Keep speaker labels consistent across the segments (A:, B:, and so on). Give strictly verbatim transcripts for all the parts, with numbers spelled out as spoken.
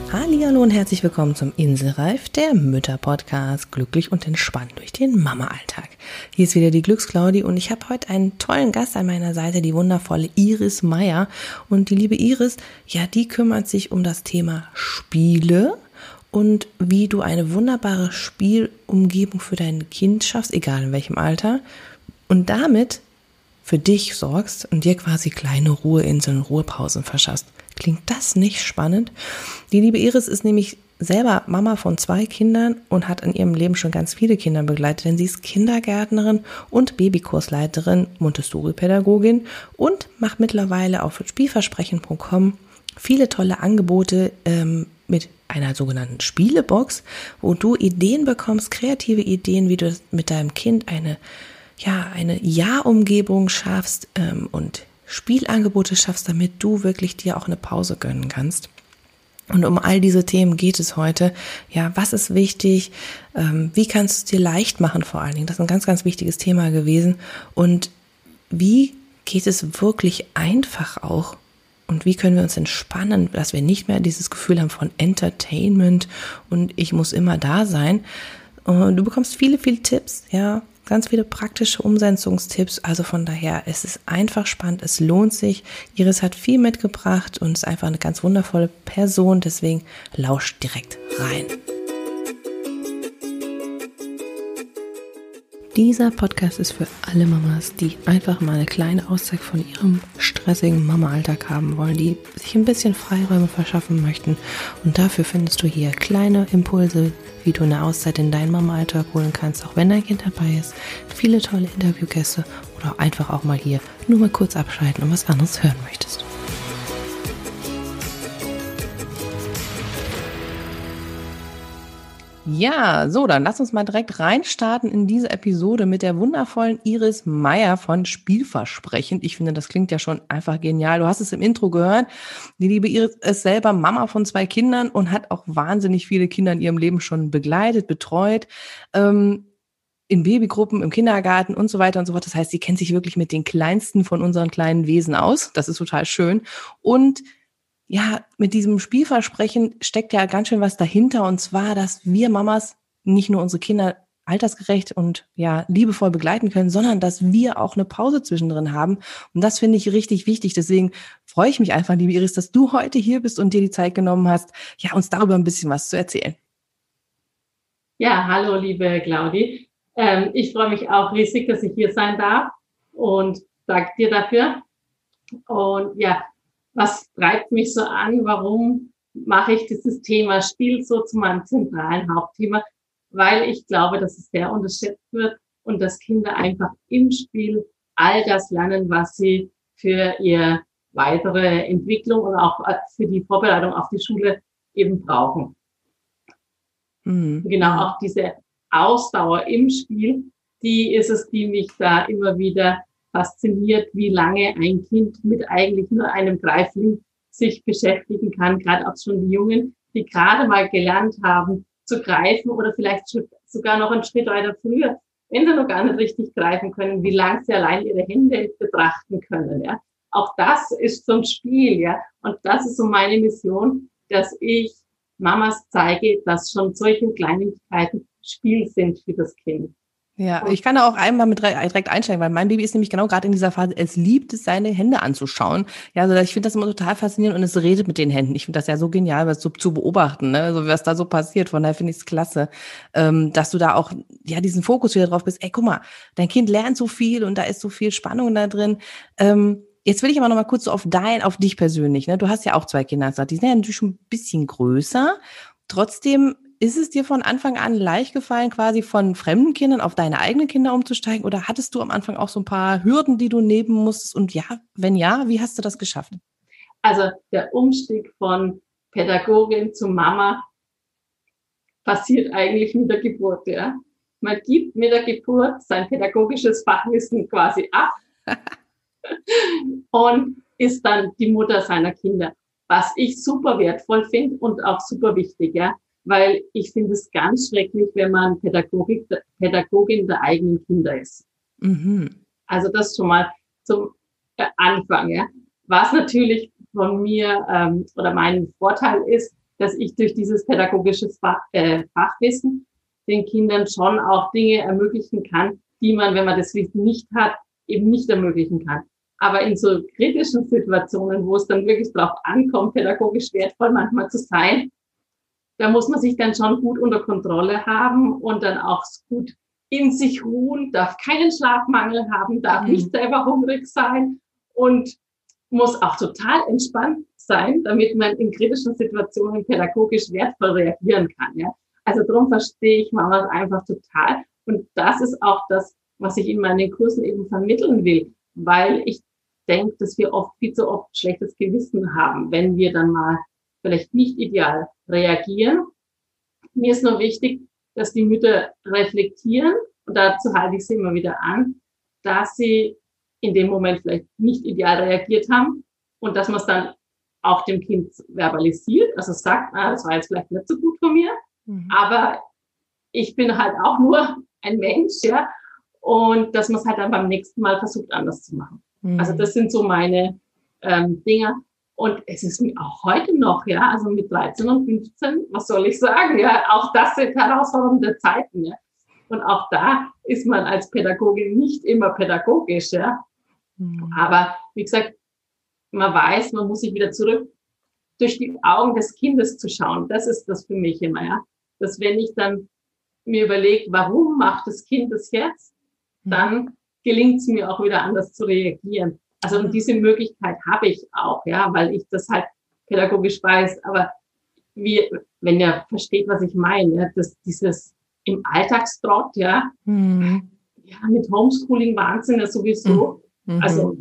A: Hallihallo und herzlich willkommen zum Inselreif, der Mütter-Podcast, glücklich und entspannt durch den Mama-Alltag. Hier ist wieder die Glücksclaudi und ich habe heute einen tollen Gast an meiner Seite, die wundervolle Iris Meier. Und die liebe Iris, ja, die kümmert sich um das Thema Spiele und wie du eine wunderbare Spielumgebung für dein Kind schaffst, egal in welchem Alter, und damit für dich sorgst und dir quasi kleine Ruheinseln, Ruhepausen verschaffst. Klingt das nicht spannend? Die liebe Iris ist nämlich selber Mama von zwei Kindern und hat in ihrem Leben schon ganz viele Kinder begleitet, denn sie ist Kindergärtnerin und Babykursleiterin, Montessori-Pädagogin und macht mittlerweile auf spielversprechen punkt com viele tolle Angebote ähm, mit einer sogenannten Spielebox, wo du Ideen bekommst, kreative Ideen, wie du mit deinem Kind eine ja, eine Ja-Umgebung schaffst ähm, und Spielangebote schaffst, damit du wirklich dir auch eine Pause gönnen kannst. Und um all diese Themen geht es heute. Ja, was ist wichtig? Ähm, wie kannst du es dir leicht machen vor allen Dingen? Das ist ein ganz, ganz wichtiges Thema gewesen. Und wie geht es wirklich einfach auch? Und wie können wir uns entspannen, dass wir nicht mehr dieses Gefühl haben von Entertainment und ich muss immer da sein? Und du bekommst viele, viele Tipps, ja, ganz viele praktische Umsetzungstipps, also von daher, es ist einfach spannend, es lohnt sich. Iris hat viel mitgebracht und ist einfach eine ganz wundervolle Person, deswegen lauscht direkt rein. Dieser Podcast ist für alle Mamas, die einfach mal eine kleine Auszeit von ihrem stressigen Mama-Alltag haben wollen, die sich ein bisschen Freiräume verschaffen möchten. Und dafür findest du hier kleine Impulse, wie du eine Auszeit in deinen Mama-Alltag holen kannst, auch wenn dein Kind dabei ist. Viele tolle Interviewgäste oder auch einfach auch mal hier nur mal kurz abschalten und was anderes hören möchtest. Ja, so, dann lass uns mal direkt reinstarten in diese Episode mit der wundervollen Iris Meier von Spielversprechen. Ich finde, das klingt ja schon einfach genial. Du hast es im Intro gehört. Die liebe Iris ist selber Mama von zwei Kindern und hat auch wahnsinnig viele Kinder in ihrem Leben schon begleitet, betreut, ähm, in Babygruppen, im Kindergarten und so weiter und so fort. Das heißt, sie kennt sich wirklich mit den kleinsten von unseren kleinen Wesen aus. Das ist total schön. Und ja, mit diesem Spielversprechen steckt ja ganz schön was dahinter, und zwar, dass wir Mamas nicht nur unsere Kinder altersgerecht und ja liebevoll begleiten können, sondern dass wir auch eine Pause zwischendrin haben. Und das finde ich richtig wichtig. Deswegen freue ich mich einfach, liebe Iris, dass du heute hier bist und dir die Zeit genommen hast, ja, uns darüber ein bisschen was zu erzählen.
B: Ja, hallo, liebe Claudi. Ähm, ich freue mich auch riesig, dass ich hier sein darf und danke dir dafür. Und ja, was treibt mich so an? Warum mache ich dieses Thema Spiel so zu meinem zentralen Hauptthema? Weil ich glaube, dass es sehr unterschätzt wird und dass Kinder einfach im Spiel all das lernen, was sie für ihre weitere Entwicklung und auch für die Vorbereitung auf die Schule eben brauchen. Mhm. Genau, auch diese Ausdauer im Spiel, die ist es, die mich da immer wieder fasziniert, wie lange ein Kind mit eigentlich nur einem Greifling sich beschäftigen kann, gerade auch schon die Jungen, die gerade mal gelernt haben zu greifen oder vielleicht sogar noch einen Schritt weiter früher, wenn sie noch gar nicht richtig greifen können, wie lange sie allein ihre Hände betrachten können. Ja. Auch das ist so ein Spiel, ja, und das ist so meine Mission, dass ich Mamas zeige, dass schon solche Kleinigkeiten Spiel sind für das Kind.
A: Ja, ich kann da auch einmal mit direkt einsteigen, weil mein Baby ist nämlich genau gerade in dieser Phase, es liebt es, seine Hände anzuschauen. Ja, also ich finde das immer total faszinierend und es redet mit den Händen. Ich finde das ja so genial, was so zu beobachten, ne, so was da so passiert. Von daher finde ich es klasse, ähm, dass du da auch ja diesen Fokus wieder drauf bist. Ey, guck mal, dein Kind lernt so viel und da ist so viel Spannung da drin. Ähm, jetzt will ich aber noch mal kurz so auf dein, auf dich persönlich. Ne, du hast ja auch zwei Kinder, die sind ja natürlich schon ein bisschen größer. Trotzdem ist es dir von Anfang an leicht gefallen, quasi von fremden Kindern auf deine eigenen Kinder umzusteigen? Oder hattest du am Anfang auch so ein paar Hürden, die du nehmen musstest? Und ja, wenn ja, wie hast du das geschafft?
B: Also der Umstieg von Pädagogin zu Mama passiert eigentlich mit der Geburt. Ja? Man gibt mit der Geburt sein pädagogisches Fachwissen quasi ab und ist dann die Mutter seiner Kinder. Was ich super wertvoll finde und auch super wichtig, ja. Weil ich finde es ganz schrecklich, wenn man Pädagogik, Pädagogin der eigenen Kinder ist. Mhm. Also das schon mal zum Anfang. Ja. Was natürlich von mir ähm, oder mein Vorteil ist, dass ich durch dieses pädagogische Fach, äh, Fachwissen den Kindern schon auch Dinge ermöglichen kann, die man, wenn man das Wissen nicht hat, eben nicht ermöglichen kann. Aber in so kritischen Situationen, wo es dann wirklich drauf ankommt, pädagogisch wertvoll manchmal zu sein, da muss man sich dann schon gut unter Kontrolle haben und dann auch gut in sich ruhen, darf keinen Schlafmangel haben, darf mhm. nicht selber hungrig sein und muss auch total entspannt sein, damit man in kritischen Situationen pädagogisch wertvoll reagieren kann. Ja? Also darum verstehe ich Mamas einfach total. Und das ist auch das, was ich in meinen Kursen eben vermitteln will, weil ich denke, dass wir oft viel zu oft schlechtes Gewissen haben, wenn wir dann mal vielleicht nicht ideal reagieren. Mir ist nur wichtig, dass die Mütter reflektieren, und dazu halte ich sie immer wieder an, dass sie in dem Moment vielleicht nicht ideal reagiert haben und dass man es dann auch dem Kind verbalisiert, also sagt, ah, das war jetzt vielleicht nicht so gut von mir, mhm. aber ich bin halt auch nur ein Mensch, ja, und dass man es halt dann beim nächsten Mal versucht, anders zu machen. Mhm. Also das sind so meine ähm, Dinge. Und es ist mir auch heute noch, ja, also mit dreizehn und fünfzehn, was soll ich sagen, ja, auch das sind herausfordernde Zeiten, ja. Und auch da ist man als Pädagogin nicht immer pädagogisch, ja. Mhm. Aber wie gesagt, man weiß, man muss sich wieder zurück durch die Augen des Kindes zu schauen. Das ist das für mich immer, ja. Dass wenn ich dann mir überlege, warum macht das Kind das jetzt, mhm. dann gelingt es mir auch wieder anders zu reagieren. Also und diese Möglichkeit habe ich auch, ja, weil ich das halt pädagogisch weiß. Aber wie, wenn ihr versteht, was ich meine, ja, dass dieses im Alltagstrott, ja, mhm. ja, mit Homeschooling Wahnsinn ja sowieso. Mhm. Also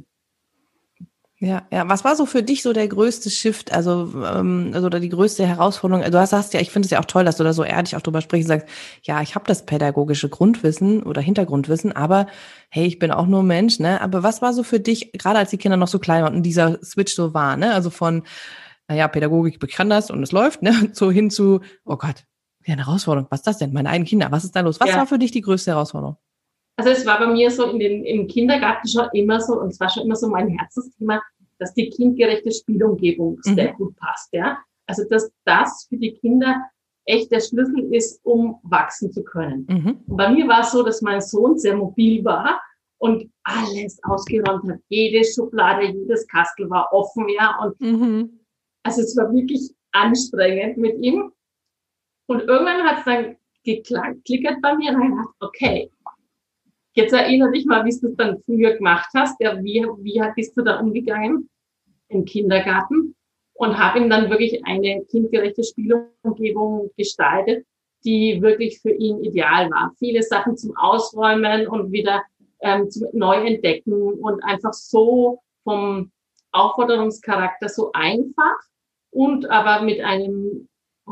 A: ja, ja. Was war so für dich so der größte Shift, also, ähm, also oder die größte Herausforderung? Du hast, hast ja, ich finde es ja auch toll, dass du da so ehrlich auch drüber sprichst und sagst, ja, ich habe das pädagogische Grundwissen oder Hintergrundwissen, aber hey, ich bin auch nur Mensch, ne? Aber was war so für dich, gerade als die Kinder noch so klein waren und dieser Switch so war, ne? Also von, naja, Pädagogik, ich kann das und es läuft, ne? So hin zu, oh Gott, ja, eine Herausforderung. Was ist das denn? Meine eigenen Kinder, was ist da los? Was ja. war für dich die größte Herausforderung?
B: Also es war bei mir so in den, im Kindergarten schon immer so, und es war schon immer so mein Herzensthema, dass die kindgerechte Spielumgebung mhm. sehr gut passt, ja. Also, dass das für die Kinder echt der Schlüssel ist, um wachsen zu können. Mhm. Und bei mir war es so, dass mein Sohn sehr mobil war und alles ausgeräumt hat. Jede Schublade, jedes Kastel war offen, ja. Und mhm. also es war wirklich anstrengend mit ihm. Und irgendwann hat es dann geklickert bei mir und ich dachte, okay, jetzt erinnere dich mal, wie du es dann früher gemacht hast. Ja, wie, wie bist du da umgegangen im Kindergarten? Und habe ihm dann wirklich eine kindgerechte Spielumgebung gestaltet, die wirklich für ihn ideal war. Viele Sachen zum Ausräumen und wieder ähm, zum Neuentdecken und einfach so vom Aufforderungscharakter so einfach und aber mit einem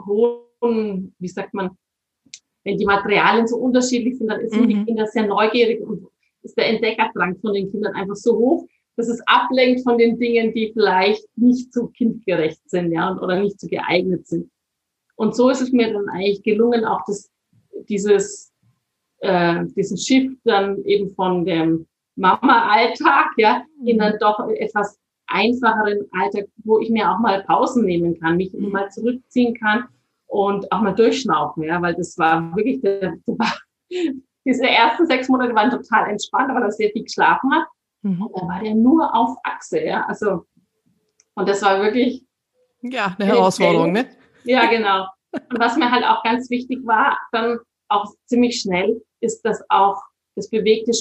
B: hohen, wie sagt man, wenn die Materialien so unterschiedlich sind, dann sind mhm. die Kinder sehr neugierig und ist der Entdeckerdrang von den Kindern einfach so hoch, dass es ablenkt von den Dingen, die vielleicht nicht so kindgerecht sind, ja, und, oder nicht so geeignet sind. Und so ist es mir dann eigentlich gelungen, auch das, dieses, äh, diesen Shift dann eben von dem Mama-Alltag, ja, mhm. in dann doch etwas einfacheren Alltag, wo ich mir auch mal Pausen nehmen kann, mich mhm. mal zurückziehen kann und auch mal durchschnaufen, ja, weil das war wirklich, der, war, diese ersten sechs Monate waren total entspannt, weil er sehr viel geschlafen hat. Mhm. Und dann war der nur auf Achse, ja, also, und das war wirklich.
A: Ja, eine Herausforderung, ne?
B: Ja, genau. Und was mir halt auch ganz wichtig war, dann auch ziemlich schnell, ist, dass auch das bewegte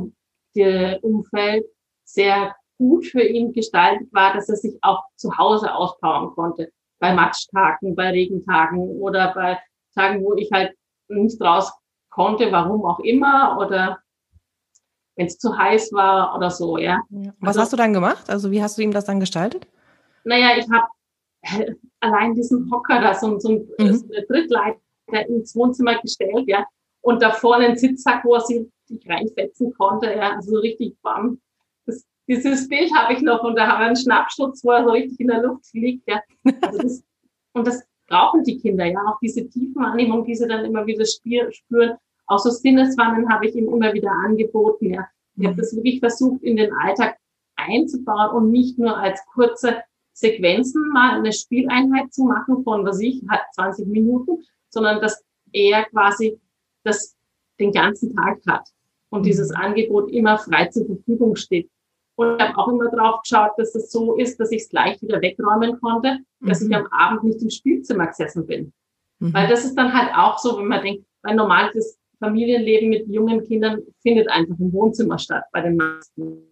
B: Spielumfeld sehr gut für ihn gestaltet war, dass er sich auch zu Hause auspowern konnte. Bei Matschtagen, bei Regentagen oder bei Tagen, wo ich halt nicht raus konnte, warum auch immer, oder wenn es zu heiß war oder so, ja.
A: ja. Was also, hast du dann gemacht? Also wie hast du ihm das dann gestaltet?
B: Naja, ich habe allein diesen Hocker da, so, so, ein, mhm. so eine Trittleiter ins Wohnzimmer gestellt, ja, und da vorne einen Sitzsack, wo er sich reinfetzen konnte, ja, also so richtig warm. Das, dieses Bild habe ich noch, und da haben wir einen Schnappschutz, wo er so richtig in der Luft liegt, ja. Also das, und das brauchen die Kinder, ja, auch diese Tiefenwahrnehmung, die sie dann immer wieder spüren. Auch so Sinneswandern habe ich ihm immer wieder angeboten, ja. Ich mhm. habe das wirklich versucht, in den Alltag einzubauen und nicht nur als kurze Sequenzen mal eine Spieleinheit zu machen von, was ich, hat zwanzig Minuten, sondern dass er quasi das den ganzen Tag hat und mhm. dieses Angebot immer frei zur Verfügung steht. Und ich habe auch immer drauf geschaut, dass es so ist, dass ich es gleich wieder wegräumen konnte, dass mhm. ich am Abend nicht im Spielzimmer gesessen bin. Mhm. Weil das ist dann halt auch so, wenn man denkt, ein normales Familienleben mit jungen Kindern findet einfach im Wohnzimmer statt, bei den meisten.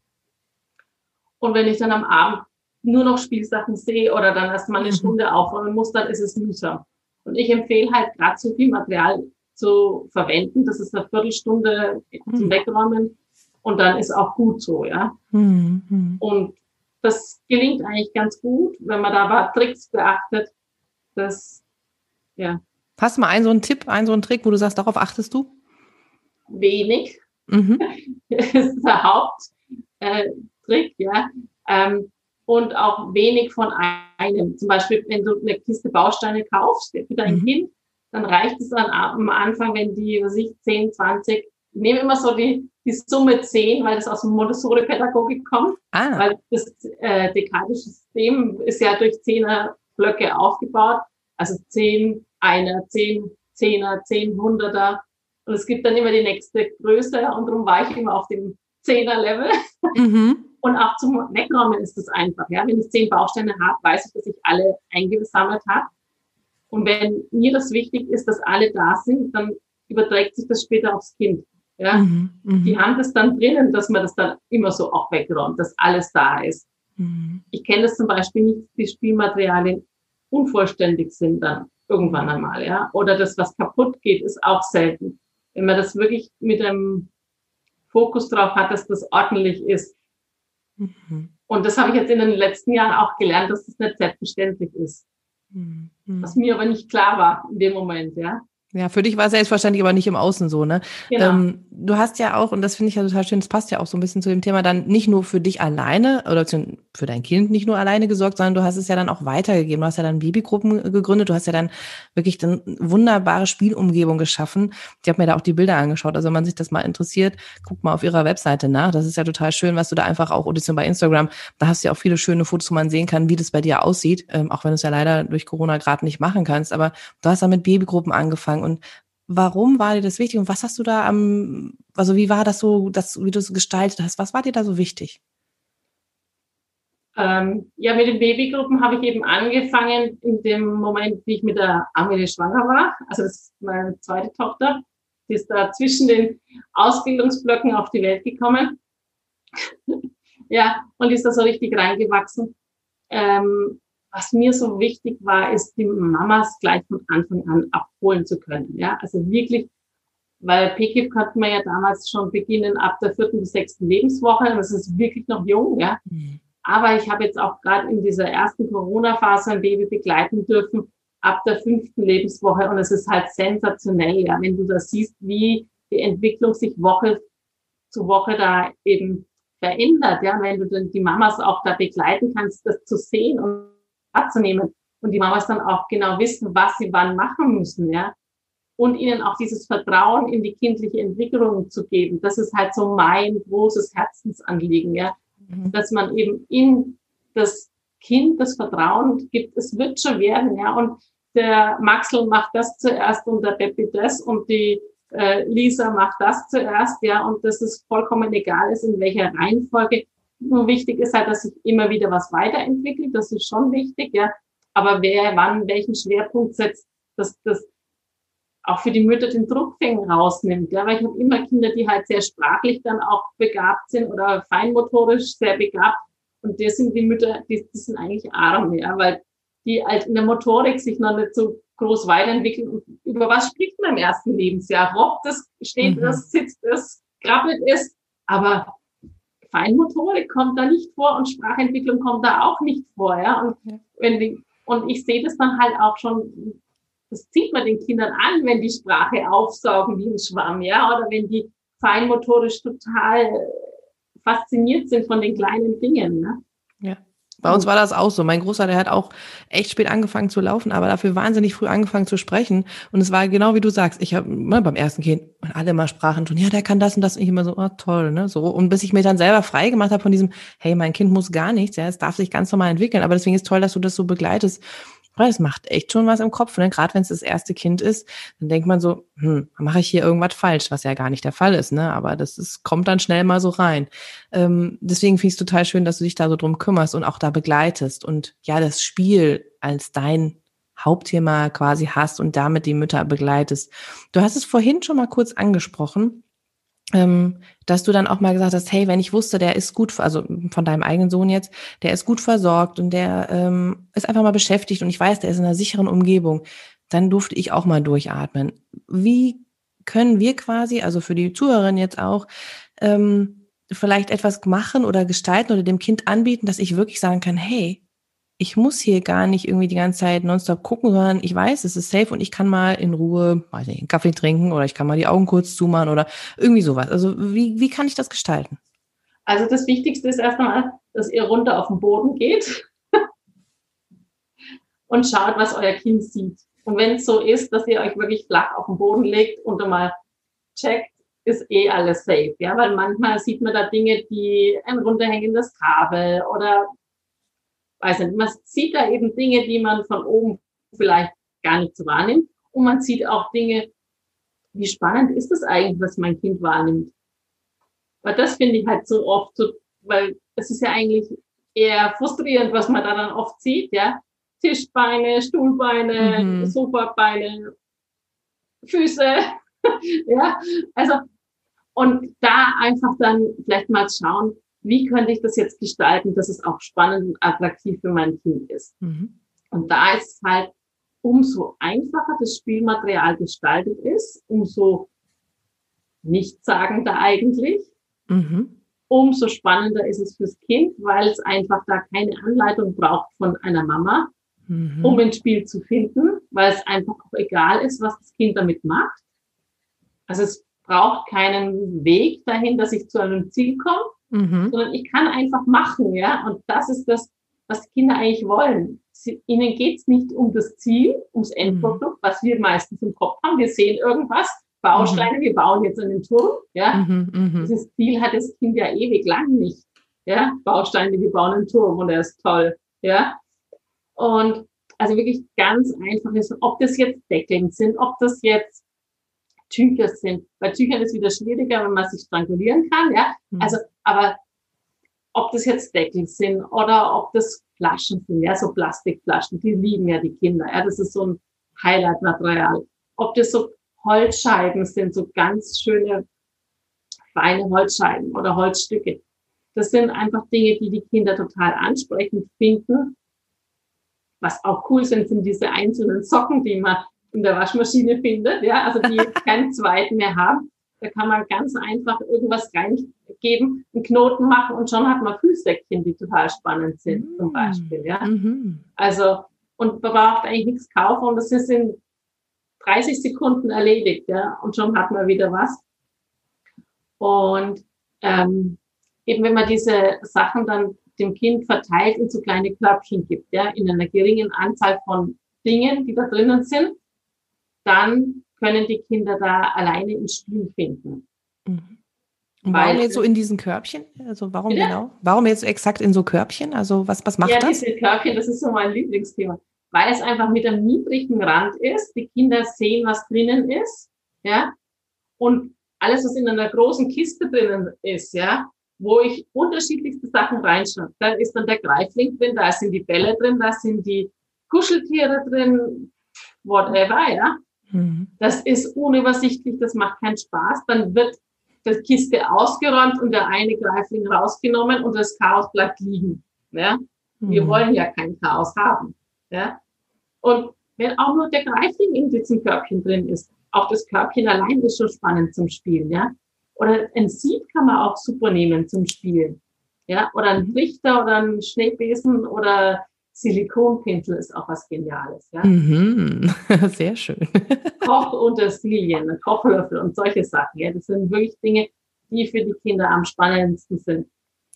B: Und wenn ich dann am Abend nur noch Spielsachen sehe oder dann erst mal eine mhm. Stunde aufräumen muss, dann ist es mühsam. Und ich empfehle halt gerade so viel Material zu verwenden. Das ist eine Viertelstunde mhm. zum Wegräumen und dann ist auch gut so, ja. Mhm. Und das gelingt eigentlich ganz gut, wenn man da ein paar Tricks beachtet. Das, ja.
A: Hast du mal einen so einen Tipp, einen so einen Trick, wo du sagst, darauf achtest du?
B: Wenig. Mhm. Das ist der Haupttrick, ja. Ähm, und auch wenig von einem. Zum Beispiel, wenn du eine Kiste Bausteine kaufst für dein mhm. Kind, dann reicht es dann am Anfang, wenn die, was ich, zehn, zwanzig, ich nehme immer so die, die Summe zehn, weil das aus dem Montessori-Pädagogik kommt. Ah. Weil das äh, dekadische System ist ja durch Zehnerblöcke aufgebaut. Also zehn, Einer, zehn, Zehner, zehn, Hunderter. Und es gibt dann immer die nächste Größe und darum war ich immer auf dem Zehner-Level. Mhm. Und auch zum Wegräumen ist das einfach. Ja? Wenn ich zehn Bausteine habe, weiß ich, dass ich alle eingesammelt habe. Und wenn mir das wichtig ist, dass alle da sind, dann überträgt sich das später aufs Kind. Ja? Mhm, die haben das dann drinnen, dass man das dann immer so auch wegräumt, dass alles da ist. Mhm. Ich kenne das zum Beispiel nicht, die Spielmaterialien unvollständig sind dann irgendwann einmal. Ja? Oder das, was kaputt geht, ist auch selten. Wenn man das wirklich mit einem Fokus drauf hat, dass das ordentlich ist. Mhm. Und das habe ich jetzt in den letzten Jahren auch gelernt, dass das nicht selbstverständlich ist. Mhm. Was mir aber nicht klar war in dem Moment, ja.
A: Ja, für dich war es selbstverständlich, aber nicht im Außen so, ne? Genau. Ähm, du hast ja auch, und das finde ich ja total schön, das passt ja auch so ein bisschen zu dem Thema, dann nicht nur für dich alleine oder für dein Kind nicht nur alleine gesorgt, sondern du hast es ja dann auch weitergegeben. Du hast ja dann Babygruppen gegründet, du hast ja dann wirklich eine wunderbare Spielumgebung geschaffen. Ich habe mir da auch die Bilder angeschaut, also wenn man sich das mal interessiert, guck mal auf ihrer Webseite nach. Das ist ja total schön, was du da einfach auch, oder bei Instagram, da hast du ja auch viele schöne Fotos, wo man sehen kann, wie das bei dir aussieht, ähm, auch wenn du es ja leider durch Corona gerade nicht machen kannst, aber du hast da mit Babygruppen angefangen. Und warum war dir das wichtig und was hast du da am, also wie war das so, das, wie du es gestaltet hast, was war dir da so wichtig?
B: Ähm, ja, mit den Babygruppen habe ich eben angefangen in dem Moment, wie ich mit der Amelie schwanger war. Also das ist meine zweite Tochter. Die ist da zwischen den Ausbildungsblöcken auf die Welt gekommen. Ja, und ist da so richtig reingewachsen. Ähm, Was mir so wichtig war, ist, die Mamas gleich von Anfang an abholen zu können. Ja, also wirklich, weil P K I P konnte man ja damals schon beginnen ab der vierten bis sechsten Lebenswoche. Das ist wirklich noch jung, ja. Mhm. Aber ich habe jetzt auch gerade in dieser ersten Corona-Phase ein Baby begleiten dürfen ab der fünften Lebenswoche. Und es ist halt sensationell, ja, wenn du das siehst, wie die Entwicklung sich Woche zu Woche da eben verändert. Ja, wenn du dann die Mamas auch da begleiten kannst, das zu sehen und wahrzunehmen und die Mamas dann auch genau wissen, was sie wann machen müssen, ja. Und ihnen auch dieses Vertrauen in die kindliche Entwicklung zu geben. Das ist halt so mein großes Herzensanliegen, ja. Mhm. Dass man eben in das Kind das Vertrauen gibt, es wird schon werden, ja. Und der Maxl macht das zuerst und der Peppi das und die äh, Lisa macht das zuerst, ja. Und das ist vollkommen egal ist, in welcher Reihenfolge. Nur wichtig ist halt, dass sich immer wieder was weiterentwickelt. Das ist schon wichtig, ja. Aber wer wann welchen Schwerpunkt setzt, dass das auch für die Mütter den Druckfängen rausnimmt, ja. Weil ich habe immer Kinder, die halt sehr sprachlich dann auch begabt sind oder feinmotorisch sehr begabt. Und das sind die Mütter, die, die sind eigentlich arm, ja, weil die halt in der Motorik sich noch nicht so groß weiterentwickeln. Und über was spricht man im ersten Lebensjahr? Robbt es, steht es, mhm. sitzt es, krabbelt es, aber Feinmotorik kommt da nicht vor und Sprachentwicklung kommt da auch nicht vor, ja. Und ja. wenn die, und ich sehe das dann halt auch schon, das zieht man den Kindern an, wenn die Sprache aufsaugen wie ein Schwamm, ja, oder wenn die feinmotorisch total fasziniert sind von den kleinen Dingen, ne?
A: Ja. Bei uns war das auch so. Mein Großer, der hat auch echt spät angefangen zu laufen, aber dafür wahnsinnig früh angefangen zu sprechen. Und es war genau wie du sagst. Ich habe ne, beim ersten Kind und alle immer sprachen schon, ja, der kann das und das. Und ich immer so, oh, toll, ne, so. Und bis ich mir dann selber frei gemacht habe von diesem, hey, mein Kind muss gar nichts, ja, es darf sich ganz normal entwickeln. Aber deswegen ist toll, dass du das so begleitest. Weil es macht echt schon was im Kopf, ne? Gerade wenn es das erste Kind ist, dann denkt man so, hm, mache ich hier irgendwas falsch, was ja gar nicht der Fall ist, ne? Aber das ist, kommt dann schnell mal so rein. Ähm, deswegen finde ich es total schön, dass du dich da so drum kümmerst und auch da begleitest und ja, das Spiel als dein Hauptthema quasi hast und damit die Mütter begleitest. Du hast es vorhin schon mal kurz angesprochen, ähm, dass du dann auch mal gesagt hast, hey, wenn ich wusste, der ist gut, also von deinem eigenen Sohn jetzt, der ist gut versorgt und der ähm, ist einfach mal beschäftigt und ich weiß, der ist in einer sicheren Umgebung, dann durfte ich auch mal durchatmen. Wie können wir quasi, also für die Zuhörerin jetzt auch, ähm, vielleicht etwas machen oder gestalten oder dem Kind anbieten, dass ich wirklich sagen kann, hey, ich muss hier gar nicht irgendwie die ganze Zeit nonstop gucken, sondern ich weiß, es ist safe und ich kann mal in Ruhe, weiß nicht, einen Kaffee trinken oder ich kann mal die Augen kurz zumachen oder irgendwie sowas. Also wie, wie kann ich das gestalten?
B: Also das Wichtigste ist erst einmal, dass ihr runter auf den Boden geht und schaut, was euer Kind sieht. Und wenn es so ist, dass ihr euch wirklich flach auf den Boden legt und mal checkt, ist eh alles safe. Ja, weil manchmal sieht man da Dinge, die ein runterhängendes Kabel oder weiß nicht, man sieht da eben Dinge, die man von oben vielleicht gar nicht so wahrnimmt. Und man sieht auch Dinge, wie spannend ist das eigentlich, was mein Kind wahrnimmt. Weil das finde ich halt so oft so, weil es ist ja eigentlich eher frustrierend, was man da dann oft sieht, ja. Tischbeine, Stuhlbeine, mhm. Sofabeine, Füße, ja. Also, und da einfach dann vielleicht mal schauen, wie könnte ich das jetzt gestalten, dass es auch spannend und attraktiv für mein Kind ist. Mhm. Und da ist es halt, umso einfacher das Spielmaterial gestaltet ist, umso nichtssagender eigentlich, mhm. umso spannender ist es fürs Kind, weil es einfach da keine Anleitung braucht von einer Mama, mhm. um ein Spiel zu finden, weil es einfach auch egal ist, was das Kind damit macht. Also es braucht keinen Weg dahin, dass ich zu einem Ziel komme, mhm. sondern ich kann einfach machen, ja. Und das ist das, was die Kinder eigentlich wollen. Sie, ihnen geht's nicht um das Ziel, ums Endprodukt, mhm. was wir meistens im Kopf haben. Wir sehen irgendwas, Bausteine, mhm. wir bauen jetzt einen Turm, ja. Mhm, mh. Dieses Ziel hat das Kind ja ewig lang nicht, ja. Bausteine, wir bauen einen Turm und er ist toll, ja. Und also wirklich ganz einfach ist, ob das jetzt Deckeln sind, ob das jetzt Tücher sind. Bei Tüchern ist es wieder schwieriger, wenn man sich strangulieren kann, ja. Mhm. Also, aber ob das jetzt Deckel sind oder ob das Flaschen sind, ja, so Plastikflaschen, die lieben ja die Kinder, ja. Das ist so ein Highlight-Material. Ob das so Holzscheiben sind, so ganz schöne, feine Holzscheiben oder Holzstücke. Das sind einfach Dinge, die die Kinder total ansprechend finden. Was auch cool sind, sind diese einzelnen Socken, die man in der Waschmaschine findet, ja, also die keinen zweiten mehr haben. Da kann man ganz einfach irgendwas reingeben, einen Knoten machen und schon hat man Füßsäckchen, die total spannend sind, mm. zum Beispiel, ja. Mm-hmm. Also, und man braucht eigentlich nichts kaufen und das ist in dreißig Sekunden erledigt, ja, und schon hat man wieder was. Und ähm, eben wenn man diese Sachen dann dem Kind verteilt in so kleine Körbchen gibt, ja, in einer geringen Anzahl von Dingen, die da drinnen sind, dann können die Kinder da alleine ins Spiel finden.
A: Mhm. Und warum jetzt so in diesen Körbchen? Also warum ja. genau? Warum jetzt exakt in so Körbchen? Also was, was macht
B: ja,
A: das?
B: Ja, diese Körbchen, das ist so mein Lieblingsthema. Weil es einfach mit einem niedrigen Rand ist. Die Kinder sehen, was drinnen ist. Ja. Und alles, was in einer großen Kiste drinnen ist, ja, wo ich unterschiedlichste Sachen reinschaue. Da ist dann der Greifling drin, da sind die Bälle drin, da sind die Kuscheltiere drin, whatever, ja. Mhm. Das ist unübersichtlich, das macht keinen Spaß. Dann wird die Kiste ausgeräumt und der eine Greifling rausgenommen und das Chaos bleibt liegen. Ja? Mhm. Wir wollen ja kein Chaos haben. Ja? Und wenn auch nur der Greifling in diesem Körbchen drin ist, auch das Körbchen allein ist schon spannend zum Spielen. Ja? Oder ein Sieb kann man auch super nehmen zum Spielen. Ja? Oder ein Trichter oder ein Schneebesen oder Silikonpinsel ist auch was Geniales. Ja?
A: Mhm. Sehr schön.
B: Kochutensilien, Kochlöffel und solche Sachen. Ja? Das sind wirklich Dinge, die für die Kinder am spannendsten sind.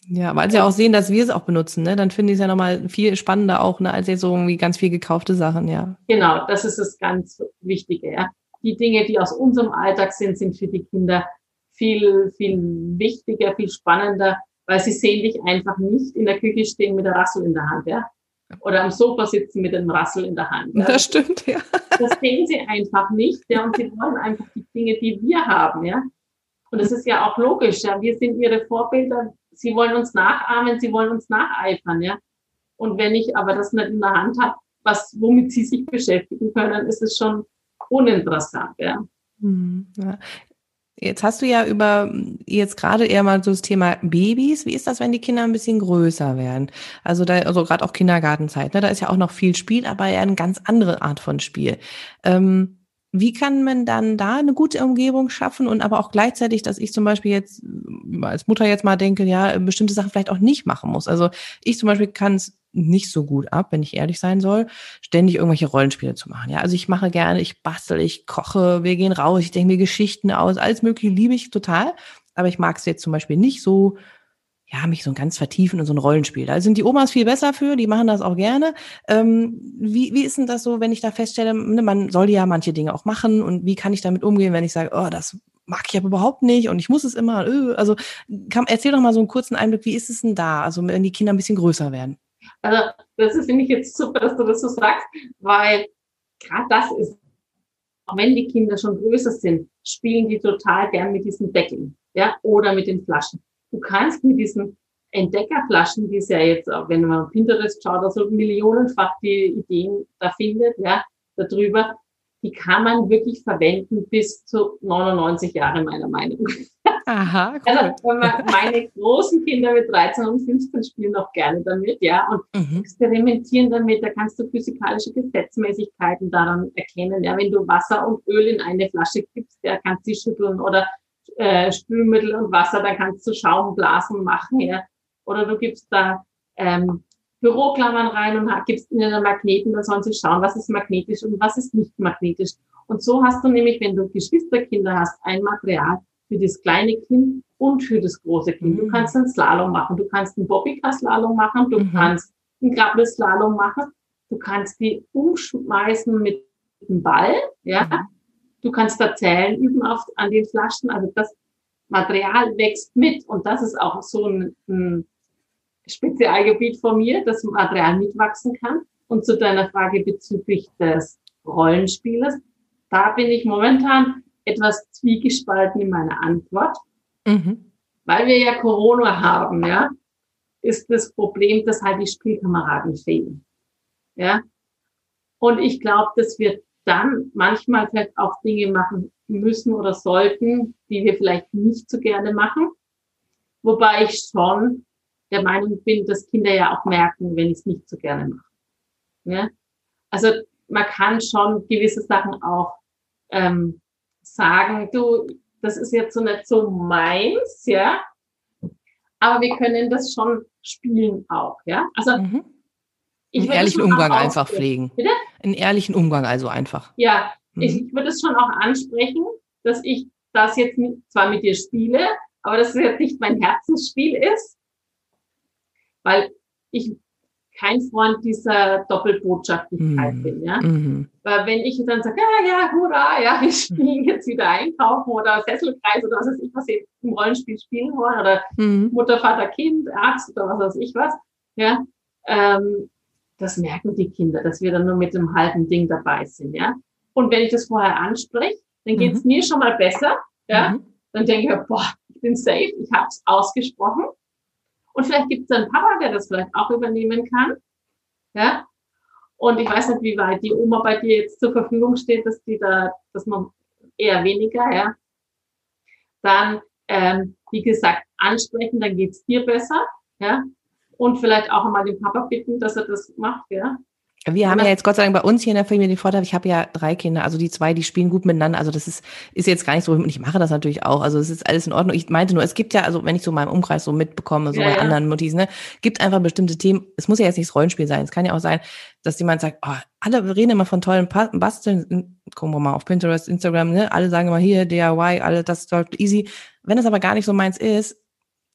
A: Ja, weil sie ja auch sehen, dass wir es auch benutzen, ne? Dann finde ich es ja nochmal viel spannender auch, ne, als jetzt so irgendwie ganz viel gekaufte Sachen, ja.
B: Genau, das ist das ganz Wichtige. Ja. Die Dinge, die aus unserem Alltag sind, sind für die Kinder viel, viel wichtiger, viel spannender, weil sie sehen dich einfach nicht in der Küche stehen mit der Rassel in der Hand, ja. Oder am Sofa sitzen mit dem Rassel in der Hand. Ja.
A: Das stimmt, ja.
B: Das sehen sie einfach nicht, ja. Und sie wollen einfach die Dinge, die wir haben, ja. Und das ist ja auch logisch, ja. Wir sind ihre Vorbilder. Sie wollen uns nachahmen, sie wollen uns nacheifern, ja. Und wenn ich aber das nicht in der Hand habe, was, womit sie sich beschäftigen können, ist es schon uninteressant, ja.
A: Hm, ja. Jetzt hast du ja über jetzt gerade eher mal so das Thema Babys. Wie ist das, wenn die Kinder ein bisschen größer werden? Also da, also gerade auch Kindergartenzeit, ne? Da ist ja auch noch viel Spiel, aber eher eine ganz andere Art von Spiel. Ähm, Wie kann man dann da eine gute Umgebung schaffen und aber auch gleichzeitig, dass ich zum Beispiel jetzt äh, als Mutter jetzt mal denke, ja, bestimmte Sachen vielleicht auch nicht machen muss. Also ich zum Beispiel kann es nicht so gut ab, wenn ich ehrlich sein soll, ständig irgendwelche Rollenspiele zu machen. Ja, also ich mache gerne, ich bastel, ich koche, wir gehen raus, ich denke mir Geschichten aus, alles Mögliche liebe ich total. Aber ich mag es jetzt zum Beispiel nicht so, ja, mich so ganz vertiefen in so ein Rollenspiel. Da sind die Omas viel besser für, die machen das auch gerne. Ähm, wie, wie ist denn das so, wenn ich da feststelle, ne, man soll ja manche Dinge auch machen und wie kann ich damit umgehen, wenn ich sage, oh, das mag ich aber überhaupt nicht und ich muss es immer, äh, also kann, erzähl doch mal so einen kurzen Einblick, wie ist es denn da, also wenn die Kinder ein bisschen größer werden?
B: Also das ist, finde ich jetzt super, dass du das so sagst, weil gerade das ist, auch wenn die Kinder schon größer sind, spielen die total gern mit diesen Deckeln, ja, oder mit den Flaschen. Du kannst mit diesen Entdeckerflaschen, die es ja jetzt, auch wenn man auf Pinterest schaut, also millionenfach die Ideen da findet, ja, darüber, die kann man wirklich verwenden bis zu neunundneunzig Jahre, meiner Meinung nach.
A: Aha, cool.
B: Also meine großen Kinder mit dreizehn und fünfzehn spielen noch gerne damit, ja, und mhm. experimentieren damit. Da kannst du physikalische Gesetzmäßigkeiten daran erkennen. Ja, wenn du Wasser und Öl in eine Flasche gibst, ja, kannst du sie schütteln oder äh, Spülmittel und Wasser, dann kannst du Schaumblasen machen, ja, oder du gibst da ähm, Büroklammern rein und gibst ihnen einen Magneten, dann sollen sie schauen, was ist magnetisch und was ist nicht magnetisch. Und so hast du nämlich, wenn du Geschwisterkinder hast, ein Material für das kleine Kind und für das große Kind. Mhm. Du kannst einen Slalom machen, du kannst einen Bobbycar-Slalom machen, du mhm. kannst einen Krabbelslalom machen, du kannst die umschmeißen mit dem Ball, ja. Mhm. Du kannst da Zählen üben auf, an den Flaschen, also das Material wächst mit und das ist auch so ein, ein Spezialgebiet von mir, dass Material mitwachsen kann. Und zu deiner Frage bezüglich des Rollenspieles, da bin ich momentan etwas zwiegespalten in meiner Antwort. Mhm. Weil wir ja Corona haben, ja, ist das Problem, dass halt die Spielkameraden fehlen. Ja. Und ich glaube, dass wir dann manchmal vielleicht auch Dinge machen müssen oder sollten, die wir vielleicht nicht so gerne machen. Wobei ich schon der Meinung bin, dass Kinder ja auch merken, wenn ich es nicht so gerne mache. Ja? Also man kann schon gewisse Sachen auch ähm, sagen, du, das ist jetzt so nicht so meins, ja, aber wir können das schon spielen auch, ja. Also
A: mhm. einen ehrlichen Umgang einfach pflegen.
B: Bitte?
A: Einen ehrlichen Umgang also einfach.
B: Ja, mhm. ich, ich würde es schon auch ansprechen, dass ich das jetzt nicht, zwar mit dir spiele, aber dass es jetzt nicht mein Herzensspiel ist, weil ich kein Freund dieser Doppelbotschaftlichkeit mm. bin, ja. Mm. Weil wenn ich dann sage, ja, ja, hurra, ja, wir spielen jetzt wieder einkaufen oder Sesselkreis oder was weiß ich, was sie im Rollenspiel spielen wollen oder mm. Mutter, Vater, Kind, Arzt oder was weiß ich was, ja, ähm, das merken die Kinder, dass wir dann nur mit dem halben Ding dabei sind, ja. Und wenn ich das vorher anspreche, dann geht's mm. mir schon mal besser, ja. Mm. Dann denke ich, boah, ich bin safe, ich habe es ausgesprochen. Und vielleicht gibt es einen Papa, der das vielleicht auch übernehmen kann. Ja. Und ich weiß nicht, wie weit die Oma bei dir jetzt zur Verfügung steht, dass die da, dass man eher weniger, ja. Dann, ähm, wie gesagt, ansprechen, dann geht's dir besser, ja. Und vielleicht auch einmal den Papa bitten, dass er das macht, ja.
A: Wir haben ja jetzt Gott sei Dank bei uns hier in der Familie den Vorteil, ich habe ja drei Kinder, also die zwei, die spielen gut miteinander, also das ist ist jetzt gar nicht so, und ich mache das natürlich auch, also es ist alles in Ordnung. Ich meinte nur, es gibt ja, also wenn ich so meinen Umkreis so mitbekomme, so ja, bei ja. anderen Muttis, ne, gibt einfach bestimmte Themen, es muss ja jetzt nicht das Rollenspiel sein, es kann ja auch sein, dass jemand sagt, oh, alle reden immer von tollen Basteln, gucken wir mal auf Pinterest, Instagram, ne, alle sagen immer hier, D I Y, alle, das ist easy. Wenn es aber gar nicht so meins ist,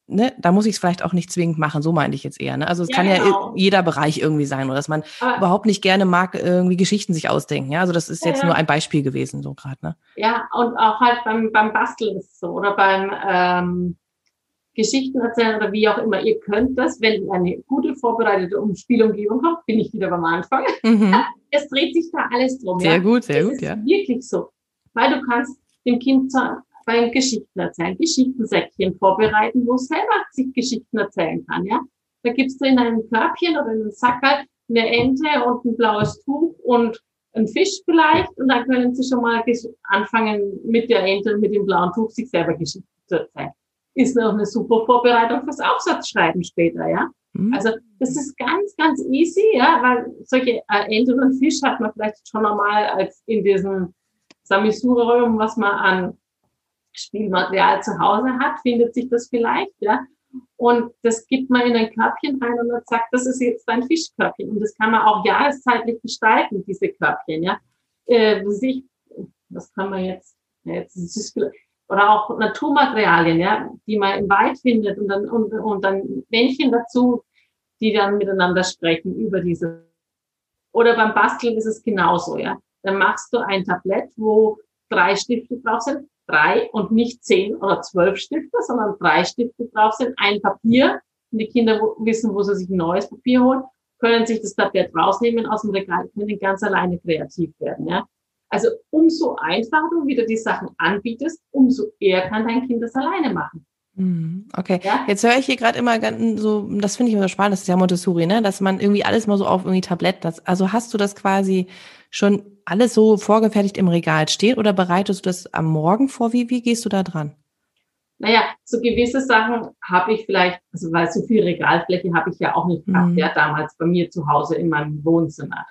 A: ne, da muss ich es vielleicht auch nicht zwingend machen, so meinte ich jetzt eher. Ne? Also es
B: Ja,
A: kann ja
B: genau.
A: jeder Bereich irgendwie sein, oder dass man
B: Aber,
A: überhaupt nicht gerne mag, irgendwie Geschichten sich ausdenken. Ja, also das ist
B: ja,
A: jetzt nur
B: ja.
A: ein Beispiel gewesen, so gerade. Ne?
B: Ja, und auch halt beim, beim Basteln ist es so oder beim ähm, Geschichten erzählen oder wie auch immer. Ihr könnt das, wenn eine gute vorbereitete Spielumgebung kommt, bin ich wieder beim Anfang.
A: Mhm.
B: Es dreht sich da alles drum,
A: Sehr
B: ja.
A: gut, sehr
B: Es
A: gut,
B: ist
A: ja.
B: wirklich so, weil du kannst dem Kind zu, beim Geschichten erzählen, Geschichtensäckchen vorbereiten, wo es selber sich Geschichten erzählen kann, ja. Da gibst du in einem Körbchen oder in einem Sackerl eine Ente und ein blaues Tuch und ein Fisch vielleicht und dann können sie schon mal anfangen mit der Ente und mit dem blauen Tuch sich selber Geschichten zu erzählen. Ist noch eine super Vorbereitung fürs Aufsatzschreiben später, ja.
A: Mhm.
B: Also das ist ganz, ganz easy, ja, weil solche äh, Ente und Fisch hat man vielleicht schon normal als in diesem Sammelsurium, was man an Spielmaterial zu Hause hat, findet sich das vielleicht, ja. Und das gibt man in ein Körbchen rein und dann sagt, das ist jetzt ein Fischkörbchen. Und das kann man auch jahreszeitlich gestalten, diese Körbchen, ja. Äh, sich, was kann man jetzt, ja, jetzt ist es vielleicht, oder auch Naturmaterialien, ja, die man im Wald findet und dann, und, und dann Männchen dazu, die dann miteinander sprechen über diese. Oder beim Basteln ist es genauso, ja. Dann machst du ein Tablett, wo drei Stifte drauf sind, drei und nicht zehn oder zwölf Stifte, sondern drei Stifte drauf sind, ein Papier. Und die Kinder wissen, wo sie sich ein neues Papier holen, können sich das Tablett rausnehmen aus dem Regal, können ganz alleine kreativ werden, ja. Also umso einfacher du wieder die Sachen anbietest, umso eher kann dein Kind das alleine machen.
A: Okay,
B: ja?
A: Jetzt höre ich hier gerade immer ganz so, das finde ich immer so spannend, das ist ja Montessori, ne, dass man irgendwie alles mal so auf irgendwie Tablett, das, also hast du das quasi schon alles so vorgefertigt im Regal stehen oder bereitest du das am Morgen vor? Wie, wie gehst du da dran?
B: Naja, so gewisse Sachen habe ich vielleicht, also weil so viel Regalfläche habe ich ja auch nicht gehabt,
A: Mhm.
B: ja, damals bei mir zu Hause in meinem Wohnzimmer.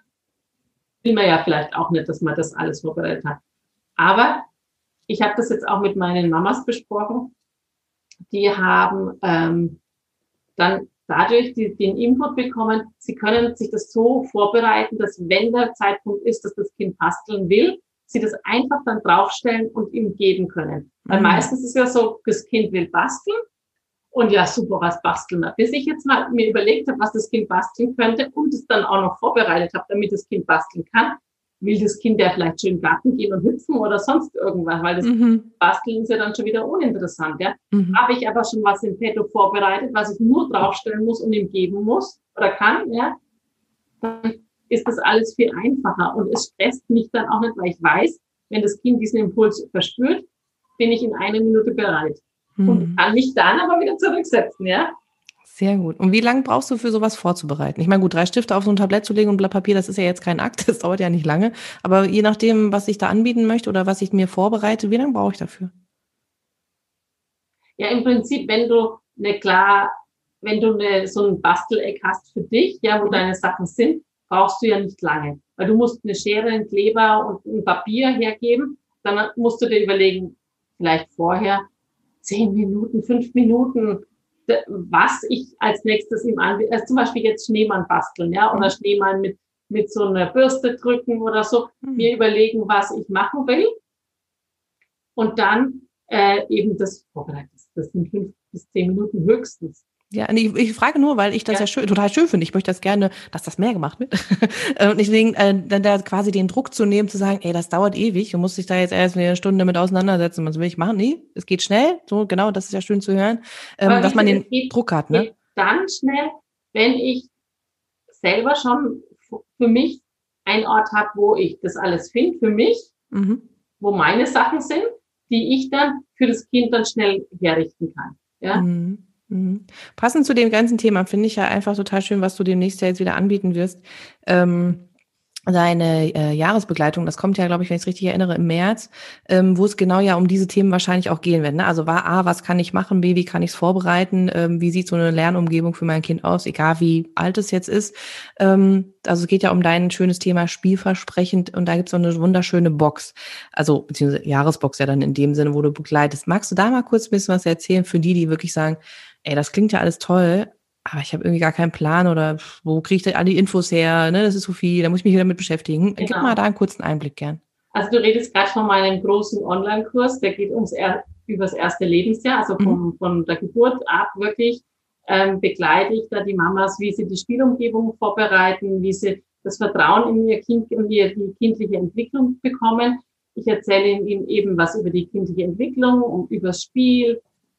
B: Will man ja vielleicht auch nicht, dass man das alles vorbereitet hat. Aber ich habe das jetzt auch mit meinen Mamas besprochen. Die haben ähm, dann dadurch die, den Input bekommen, sie können sich das so vorbereiten, dass wenn der Zeitpunkt ist, dass das Kind basteln will, sie das einfach dann draufstellen und ihm geben können. Weil
A: Mhm.
B: meistens ist es ja so, das Kind will basteln und ja, super, was basteln. Bis ich jetzt mal mir überlegt habe, was das Kind basteln könnte und es dann auch noch vorbereitet habe, damit das Kind basteln kann, will das Kind ja vielleicht schön in den Garten gehen und hüpfen oder sonst irgendwas, weil das
A: Mhm.
B: Basteln ist ja dann schon wieder uninteressant. Ja?
A: Mhm.
B: Habe ich aber schon was im Petto vorbereitet, was ich nur draufstellen muss und ihm geben muss oder kann, ja, dann ist das alles viel einfacher und es stresst mich dann auch nicht, weil ich weiß, wenn das Kind diesen Impuls verspürt, bin ich in einer Minute bereit
A: Mhm.
B: und kann mich dann aber wieder zurücksetzen, ja.
A: Sehr gut. Und wie lange brauchst du für sowas vorzubereiten? Ich meine, gut, drei Stifte auf so ein Tablett zu legen und ein Blatt Papier, das ist ja jetzt kein Akt, das dauert ja nicht lange. Aber je nachdem, was ich da anbieten möchte oder was ich mir vorbereite, wie lange brauche ich dafür?
B: Ja, im Prinzip, wenn du eine klar, wenn du eine, so ein Basteleck hast für dich, ja, wo deine Sachen sind, brauchst du ja nicht lange. Weil du musst eine Schere, einen Kleber und ein Papier hergeben. Dann musst du dir überlegen, vielleicht vorher zehn Minuten, fünf Minuten, was ich als nächstes ihm anbiete. Also zum Beispiel jetzt Schneemann basteln, ja, oder Schneemann mit, mit so einer Bürste drücken oder so.
A: Mhm.
B: Mir überlegen, was ich machen will. Und dann äh, eben das vorbereiten. Das sind fünf bis zehn Minuten höchstens.
A: Ja, ich, ich frage nur, weil ich das ja, ja schön, total schön finde. Ich möchte das gerne, dass das mehr gemacht wird. Und deswegen äh, dann da quasi den Druck zu nehmen, zu sagen, ey, das dauert ewig, du musst dich da jetzt erst eine Stunde mit auseinandersetzen. Was will ich machen? Nee, es geht schnell. So, genau, das ist ja schön zu hören, ähm, dass man den
B: geht,
A: Druck hat, ne?
B: Geht dann schnell, wenn ich selber schon für mich einen Ort habe, wo ich das alles finde, für mich, mhm. wo meine Sachen sind, die ich dann für das Kind dann schnell herrichten kann. Ja.
A: Mhm. Mhm. Passend zu dem ganzen Thema finde ich ja einfach total schön, was du demnächst ja jetzt wieder anbieten wirst. Ähm, deine äh, Jahresbegleitung, das kommt ja, glaube ich, wenn ich es richtig erinnere, im März, ähm, wo es genau ja um diese Themen wahrscheinlich auch gehen wird. Ne? Also war A, was kann ich machen, B, wie kann ich es vorbereiten, ähm, wie sieht so eine Lernumgebung für mein Kind aus, egal wie alt es jetzt ist. Ähm, also es geht ja um dein schönes Thema spielversprechend und da gibt es so eine wunderschöne Box, also beziehungsweise Jahresbox ja dann in dem Sinne, wo du begleitest. Magst du da mal kurz ein bisschen was erzählen für die, die wirklich sagen, ey, das klingt ja alles toll, aber ich habe irgendwie gar keinen Plan oder wo kriege ich da alle Infos her? Ne, das ist so viel, da muss ich mich wieder damit beschäftigen. Genau. Gib mal da einen kurzen Einblick gern.
B: Also du redest gerade von meinem großen Online-Kurs, der geht ums übers erste Lebensjahr, also vom, von der Geburt ab wirklich, ähm, begleite ich da die Mamas, wie sie die Spielumgebung vorbereiten, wie sie das Vertrauen in ihr Kind, in die, die kindliche Entwicklung bekommen. Ich erzähle ihnen eben was über die kindliche Entwicklung und über das Spiel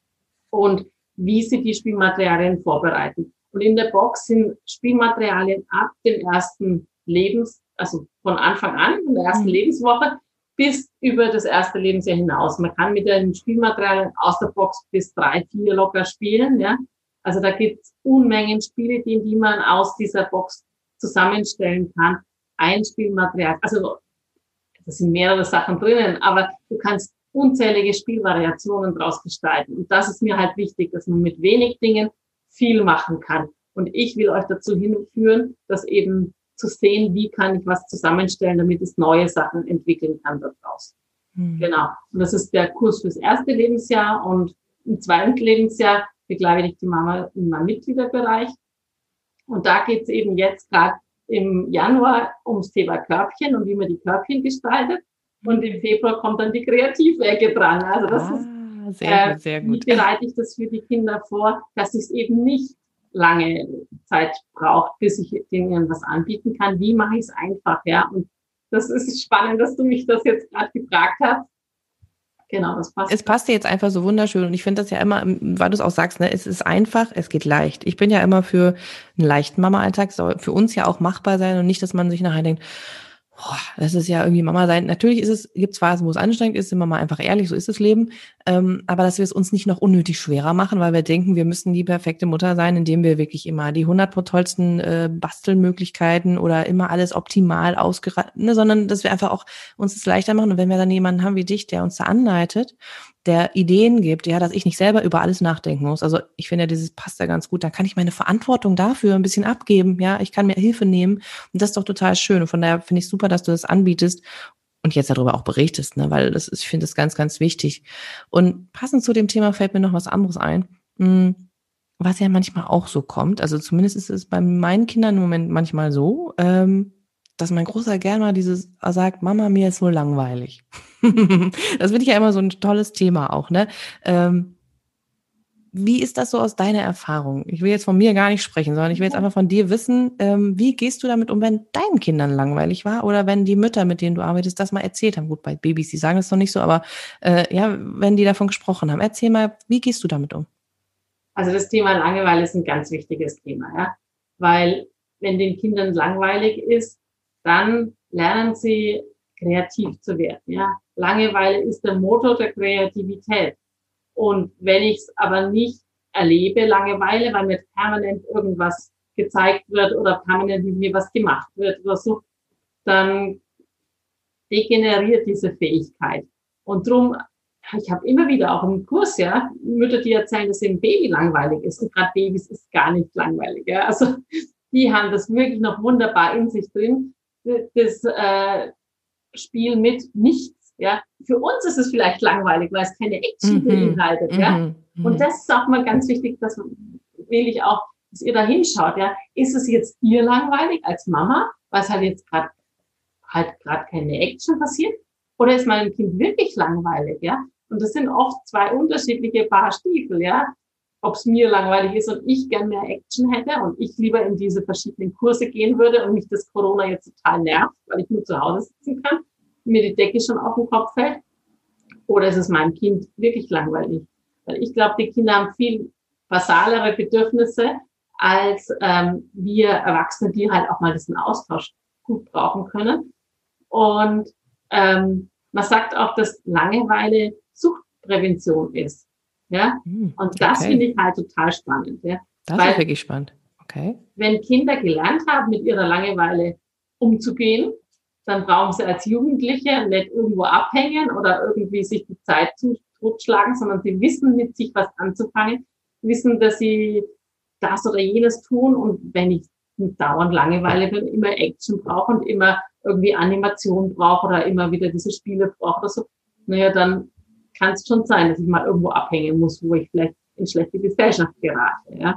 B: und wie sie die Spielmaterialien vorbereiten. Und in der Box sind Spielmaterialien ab dem ersten Lebens, also von Anfang an, in der ersten mhm. Lebenswoche, bis über das erste Lebensjahr hinaus. Man kann mit den Spielmaterialien aus der Box bis drei, vier locker spielen, ja. Also da gibt's Unmengen Spiele, die, die man aus dieser Box zusammenstellen kann. Ein Spielmaterial, also da sind mehrere Sachen drinnen, aber du kannst unzählige Spielvariationen draus gestalten. Und das ist mir halt wichtig, dass man mit wenig Dingen viel machen kann. Und ich will euch dazu hinführen, dass eben zu sehen, wie kann ich was zusammenstellen, damit es neue Sachen entwickeln kann daraus. Mhm. Genau. Und das ist der Kurs fürs erste Lebensjahr. Und im zweiten Lebensjahr begleite ich die Mama in meinem Mitgliederbereich. Und da geht es eben jetzt gerade im Januar ums Thema Körbchen und wie man die Körbchen gestaltet. Und im Februar kommt dann die Kreativecke dran. Also das ah, ist, sehr gut, sehr gut. Wie bereite ich das für die Kinder vor, dass es eben nicht lange Zeit braucht, bis ich denen was anbieten kann. Wie mache ich es einfach, ja? Und das ist spannend, dass du mich das jetzt gerade gefragt hast. Genau, das passt.
A: Es passt dir jetzt einfach so wunderschön und ich finde das ja immer, weil du es auch sagst, ne, es ist einfach, es geht leicht. Ich bin ja immer für einen leichten Mama-Alltag, soll für uns ja auch machbar sein und nicht, dass man sich nachher denkt, boah, das ist ja irgendwie Mama sein. Natürlich ist es, gibt es Phasen, wo es anstrengend ist, sind wir mal einfach ehrlich, so ist das Leben. Ähm, aber dass wir es uns nicht noch unnötig schwerer machen, weil wir denken, wir müssen die perfekte Mutter sein, indem wir wirklich immer die hundert tollsten äh, Bastelmöglichkeiten oder immer alles optimal ausgereift, ne, sondern dass wir einfach auch uns es leichter machen. Und wenn wir dann jemanden haben wie dich, der uns da anleitet, der Ideen gibt, ja, dass ich nicht selber über alles nachdenken muss. Also ich finde, dieses passt da ganz gut. Da kann ich meine Verantwortung dafür ein bisschen abgeben. Ja, ich kann mir Hilfe nehmen. Und das ist doch total schön. Und von daher finde ich super, dass du das anbietest und jetzt darüber auch berichtest, ne, weil das ist, ich finde das ganz, ganz wichtig. Und passend zu dem Thema fällt mir noch was anderes ein, was ja manchmal auch so kommt. Also zumindest ist es bei meinen Kindern im Moment manchmal so, ähm, dass mein Großer gerne mal dieses sagt, Mama, mir ist so langweilig. Das finde ich ja immer so ein tolles Thema auch, ne? Ähm, wie ist das so aus deiner Erfahrung? Ich will jetzt von mir gar nicht sprechen, sondern ich will jetzt einfach von dir wissen, ähm, wie gehst du damit um, wenn deinen Kindern langweilig war oder wenn die Mütter, mit denen du arbeitest, das mal erzählt haben? Gut, bei Babys, die sagen das noch nicht so, aber äh, ja, wenn die davon gesprochen haben. Erzähl mal, wie gehst du damit um?
B: Also das Thema Langeweile ist ein ganz wichtiges Thema, ja, weil wenn den Kindern langweilig ist, dann lernen sie kreativ zu werden, ja. Langeweile ist der Motor der Kreativität. Und wenn ich es aber nicht erlebe, Langeweile, weil mir permanent irgendwas gezeigt wird oder permanent mit mir was gemacht wird oder so, dann degeneriert diese Fähigkeit. Und drum, ich habe immer wieder auch im Kurs, ja, Mütter, die erzählen, dass ein Baby langweilig ist. Und gerade Babys ist gar nicht langweilig, ja. Also die haben das wirklich noch wunderbar in sich drin. Das äh, Spiel mit nichts, ja. Für uns ist es vielleicht langweilig, weil es keine Action beinhaltet, mhm. ja. Mhm. Und das ist auch mal ganz wichtig, dass will ich auch, dass ihr da hinschaut, ja. Ist es jetzt ihr langweilig als Mama, weil es halt jetzt gerade halt gerade keine Action passiert? Oder ist meinem Kind wirklich langweilig, ja? Und das sind oft zwei unterschiedliche Paar Stiefel, ja. Ob es mir langweilig ist und ich gern mehr Action hätte und ich lieber in diese verschiedenen Kurse gehen würde und mich das Corona jetzt total nervt, weil ich nur zu Hause sitzen kann, mir die Decke schon auf den Kopf fällt. Oder ist es meinem Kind wirklich langweilig? Weil ich glaube, die Kinder haben viel basalere Bedürfnisse als ähm, wir Erwachsene, die halt auch mal diesen Austausch gut brauchen können. Und ähm, man sagt auch, dass Langeweile Suchtprävention ist. Ja, und das okay. finde ich halt total spannend. Ja?
A: Das Weil, ist wirklich spannend. Okay.
B: Wenn Kinder gelernt haben, mit ihrer Langeweile umzugehen, dann brauchen sie als Jugendliche nicht irgendwo abhängen oder irgendwie sich die Zeit totschlagen, sondern sie wissen, mit sich was anzufangen, wissen, dass sie das oder jenes tun und wenn ich mit dauernd Langeweile bin, immer Action brauche und immer irgendwie Animation brauche oder immer wieder diese Spiele brauche oder so, naja, dann kann es schon sein, dass ich mal irgendwo abhängen muss, wo ich vielleicht in schlechte Gesellschaft gerate, ja.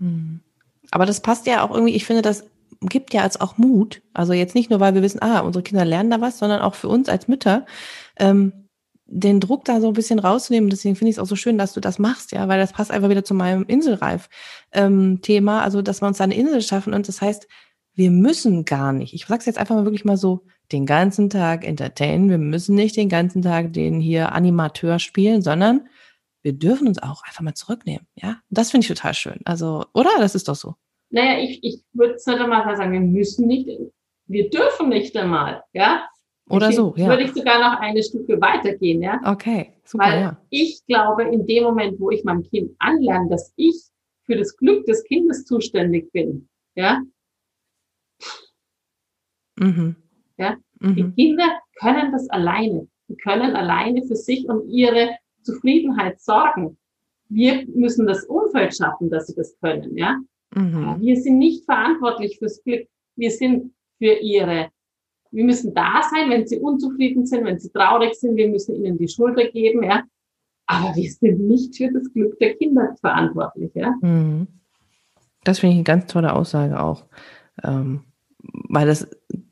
A: Aber das passt ja auch irgendwie, ich finde, das gibt ja als auch Mut. Also jetzt nicht nur, weil wir wissen, ah, unsere Kinder lernen da was, sondern auch für uns als Mütter, ähm, den Druck da so ein bisschen rauszunehmen. Deswegen finde ich es auch so schön, dass du das machst, ja, weil das passt einfach wieder zu meinem Inselreif-Thema, ähm, also dass wir uns da eine Insel schaffen und das heißt, wir müssen gar nicht, ich sag's jetzt einfach mal wirklich mal so, den ganzen Tag entertainen, wir müssen nicht den ganzen Tag den hier Animateur spielen, sondern wir dürfen uns auch einfach mal zurücknehmen, ja. Und das finde ich total schön. Also, oder? Das ist doch so.
B: Naja, ich, ich würde es nicht einmal sagen, wir müssen nicht, wir dürfen nicht einmal, ja.
A: Oder
B: ich,
A: so, ja.
B: Würde ich sogar noch eine Stufe weitergehen, ja.
A: Okay, super,
B: Weil
A: ja.
B: ich glaube, in dem Moment, wo ich meinem Kind anlerne, dass ich für das Glück des Kindes zuständig bin, ja,
A: Mhm.
B: ja,
A: Mhm.
B: die Kinder können das alleine. Die können alleine für sich und ihre Zufriedenheit sorgen. Wir müssen das Umfeld schaffen, dass sie das können, ja.
A: Mhm.
B: Wir sind nicht verantwortlich fürs Glück. Wir sind für ihre, wir müssen da sein, wenn sie unzufrieden sind, wenn sie traurig sind. Wir müssen ihnen die Schulter geben, ja. Aber wir sind nicht für das Glück der Kinder verantwortlich, ja.
A: Mhm. Das finde ich eine ganz tolle Aussage auch, ähm, weil das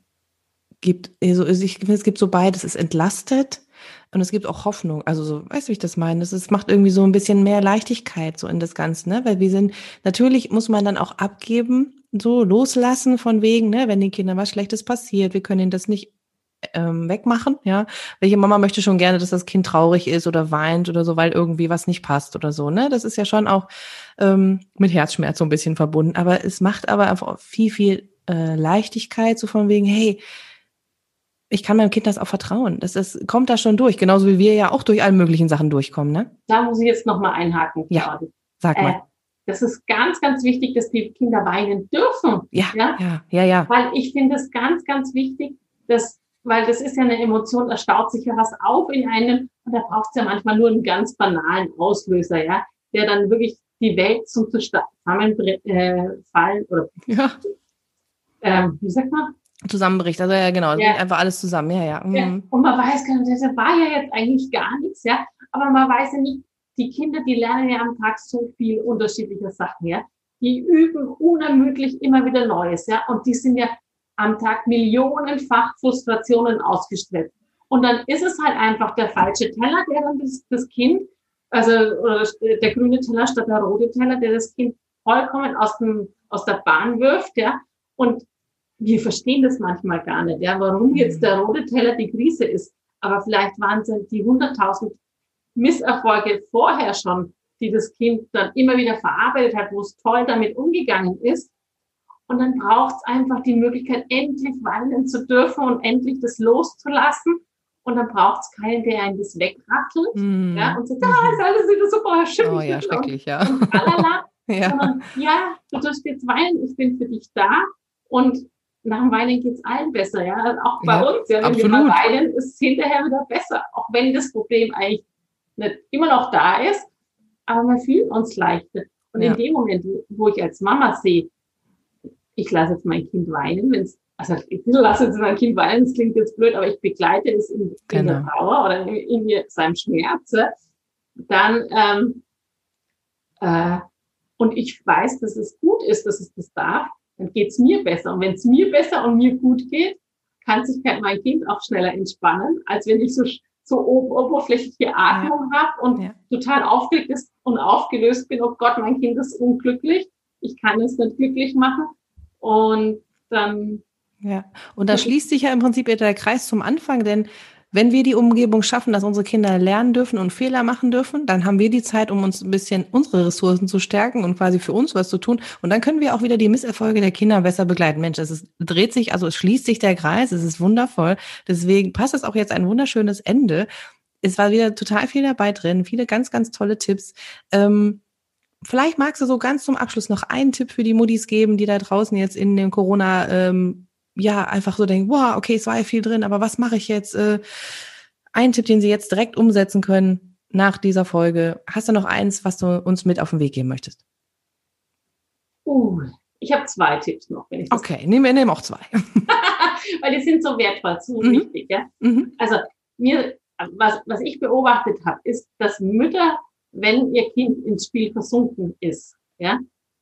A: gibt, also ich finde, es gibt so beides, es entlastet und es gibt auch Hoffnung. Also so, weißt du, wie ich das meine? Es macht irgendwie so ein bisschen mehr Leichtigkeit so in das Ganze, ne? Weil wir sind, natürlich muss man dann auch abgeben, so loslassen von wegen, ne? Wenn den Kindern was Schlechtes passiert, wir können ihnen das nicht ähm, wegmachen, ja. Welche Mama möchte schon gerne, dass das Kind traurig ist oder weint oder so, weil irgendwie was nicht passt oder so, ne? Das ist ja schon auch ähm, mit Herzschmerz so ein bisschen verbunden. Aber es macht aber einfach viel, viel äh, Leichtigkeit, so von wegen, hey, ich kann meinem Kind das auch vertrauen. Das, das kommt da schon durch, genauso wie wir ja auch durch alle möglichen Sachen durchkommen, ne?
B: Da muss ich jetzt nochmal einhaken,
A: Ja,
B: Claudia.
A: sag mal.
B: Äh, das ist ganz, ganz wichtig, dass die Kinder weinen dürfen.
A: Ja,
B: ja,
A: ja, ja, ja.
B: Weil ich finde es ganz, ganz wichtig, dass, weil das ist ja eine Emotion, da staut sich ja was auf in einem und da braucht es ja manchmal nur einen ganz banalen Auslöser, ja, der dann wirklich die Welt zum Zusammenfallen äh, oder
A: Ja.
B: ähm, wie sagt man?
A: Zusammenbricht, also ja, genau, es
B: Ja.
A: bringt einfach alles zusammen, ja, ja. Mhm.
B: Ja. Und man weiß gar nicht, das war ja jetzt eigentlich gar nichts, ja, aber man weiß ja nicht, die Kinder, die lernen ja am Tag so viel unterschiedliche Sachen, ja, die üben unermüdlich immer wieder Neues, ja, und die sind ja am Tag millionenfach Frustrationen ausgestreckt. Und dann ist es halt einfach der falsche Teller, der dann das, das Kind, also oder der grüne Teller statt der rote Teller, der das Kind vollkommen aus, dem, aus der Bahn wirft, ja, und wir verstehen das manchmal gar nicht, ja, warum jetzt der rote Teller die Krise ist. Aber vielleicht waren es die hunderttausend Misserfolge vorher schon, die das Kind dann immer wieder verarbeitet hat, wo es toll damit umgegangen ist. Und dann braucht es einfach die Möglichkeit, endlich weinen zu dürfen und endlich das loszulassen. Und dann braucht es keinen, der einen das wegrattelt, mm. ja, und sagt, ah, ist alles wieder super, schön.
A: Oh ja, schrecklich, ja.
B: Und tralala,
A: ja.
B: Sondern, ja, du darfst jetzt weinen, ich bin für dich da. Und nach dem Weinen geht es allen besser, ja. Auch bei
A: ja,
B: uns, ja, wenn
A: absolut.
B: wir mal weinen, ist es hinterher wieder besser. Auch wenn das Problem eigentlich nicht immer noch da ist, aber wir fühlen uns leichter. Und ja. in dem Moment, wo ich als Mama sehe, ich lasse jetzt mein Kind weinen, wenn es, also ich lasse jetzt mein Kind weinen, das klingt jetzt blöd, aber ich begleite es in, genau. in der Trauer oder in, in seinem Schmerz, dann ähm, äh, und ich weiß, dass es gut ist, dass es das darf, dann geht es mir besser. Und wenn es mir besser und mir gut geht, kann sich mein Kind auch schneller entspannen, als wenn ich so, so oberflächliche Atmung ja. habe und ja. total aufgeregt ist und aufgelöst bin. Oh Gott, mein Kind ist unglücklich. Ich kann es nicht glücklich machen. Und dann...
A: Ja, und da schließt sich ja im Prinzip der Kreis zum Anfang, denn wenn wir die Umgebung schaffen, dass unsere Kinder lernen dürfen und Fehler machen dürfen, dann haben wir die Zeit, um uns ein bisschen unsere Ressourcen zu stärken und quasi für uns was zu tun. Und dann können wir auch wieder die Misserfolge der Kinder besser begleiten. Mensch, es ist, dreht sich, also es schließt sich der Kreis, es ist wundervoll. Deswegen passt es auch jetzt ein wunderschönes Ende. Es war wieder total viel dabei drin, viele ganz, ganz tolle Tipps. Ähm, vielleicht magst du so ganz zum Abschluss noch einen Tipp für die Muttis geben, die da draußen jetzt in dem Corona ähm, ja, einfach so denken, wow, okay, es war ja viel drin, aber was mache ich jetzt? Äh, ein Tipp, den sie jetzt direkt umsetzen können nach dieser Folge. Hast du noch eins, was du uns mit auf den Weg geben möchtest?
B: Uh, ich habe zwei Tipps noch. Wenn ich das
A: okay, nehmen wir nehmen auch zwei.
B: Weil die sind so wertvoll, so
A: mhm.
B: wichtig. Ja? Mhm. Also mir, was, was ich beobachtet habe, ist, dass Mütter, wenn ihr Kind ins Spiel versunken ist, ja,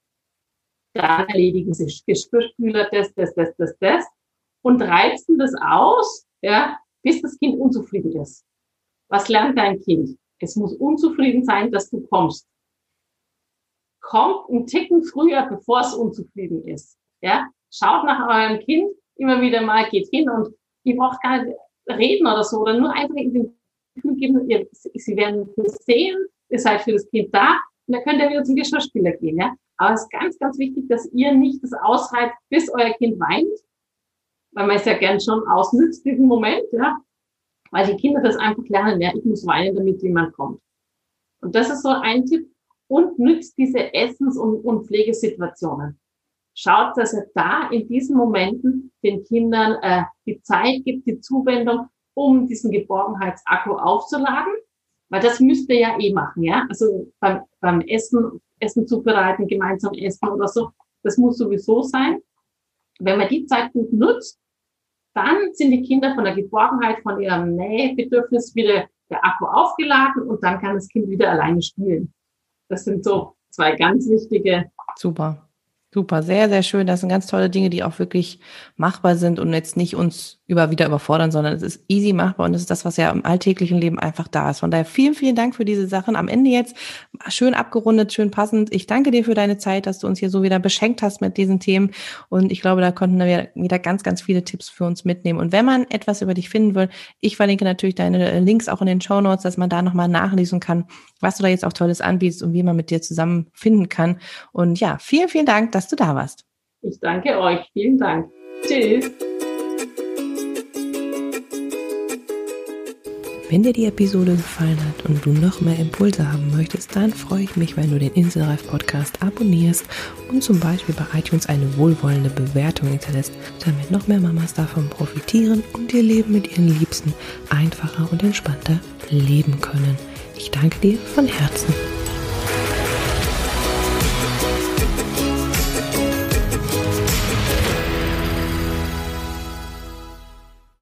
B: dann erledigen sie Geschirrspüler, das, das, das, das, das und reizen das aus, ja, bis das Kind unzufrieden ist. Was lernt dein Kind? Es muss unzufrieden sein, dass du kommst. Kommt einen Ticken früher, bevor es unzufrieden ist. Ja? Schaut nach eurem Kind immer wieder mal, geht hin und ihr braucht gar nicht reden oder so, oder nur einfach in den Gefühl geben, ihr, sie werden gesehen, ihr seid für das Kind da und dann könnt ihr wieder zum Geschirrspüler gehen. Ja? Aber es ist ganz, ganz wichtig, dass ihr nicht das ausreizt, bis euer Kind weint, weil man es ja gern schon ausnützt, diesen Moment, ja, weil die Kinder das einfach lernen, ja, ich muss weinen, damit jemand kommt. Und das ist so ein Tipp. Und nützt diese Essens- und, und Pflegesituationen. Schaut, dass ihr da in diesen Momenten den Kindern äh, die Zeit gibt, die Zuwendung, um diesen Geborgenheitsakku aufzuladen, weil das müsst ihr ja eh machen, ja. Also beim, beim Essen, Essen zubereiten, gemeinsam essen oder so, das muss sowieso sein. Wenn man die Zeit gut nutzt, dann sind die Kinder von der Geborgenheit, von ihrem Nähebedürfnis wieder der Akku aufgeladen und dann kann das Kind wieder alleine spielen. Das sind so zwei ganz wichtige.
A: Super. Super, sehr, sehr schön. Das sind ganz tolle Dinge, die auch wirklich machbar sind und jetzt nicht uns über wieder überfordern, sondern es ist easy machbar und das ist das, was ja im alltäglichen Leben einfach da ist. Von daher vielen, vielen Dank für diese Sachen. Am Ende jetzt schön abgerundet, schön passend. Ich danke dir für deine Zeit, dass du uns hier so wieder beschenkt hast mit diesen Themen und ich glaube, da konnten wir wieder ganz, ganz viele Tipps für uns mitnehmen. Und wenn man etwas über dich finden will, ich verlinke natürlich deine Links auch in den Shownotes, dass man da nochmal nachlesen kann, was du da jetzt auch Tolles anbietest und wie man mit dir zusammen finden kann. Und ja, vielen, vielen Dank, dass du da warst.
B: Ich danke euch. Vielen Dank. Tschüss.
A: Wenn dir die Episode gefallen hat und du noch mehr Impulse haben möchtest, dann freue ich mich, wenn du den Inselreif-Podcast abonnierst und zum Beispiel bei iTunes eine wohlwollende Bewertung hinterlässt, damit noch mehr Mamas davon profitieren und ihr Leben mit ihren Liebsten einfacher und entspannter leben können. Ich danke dir von Herzen.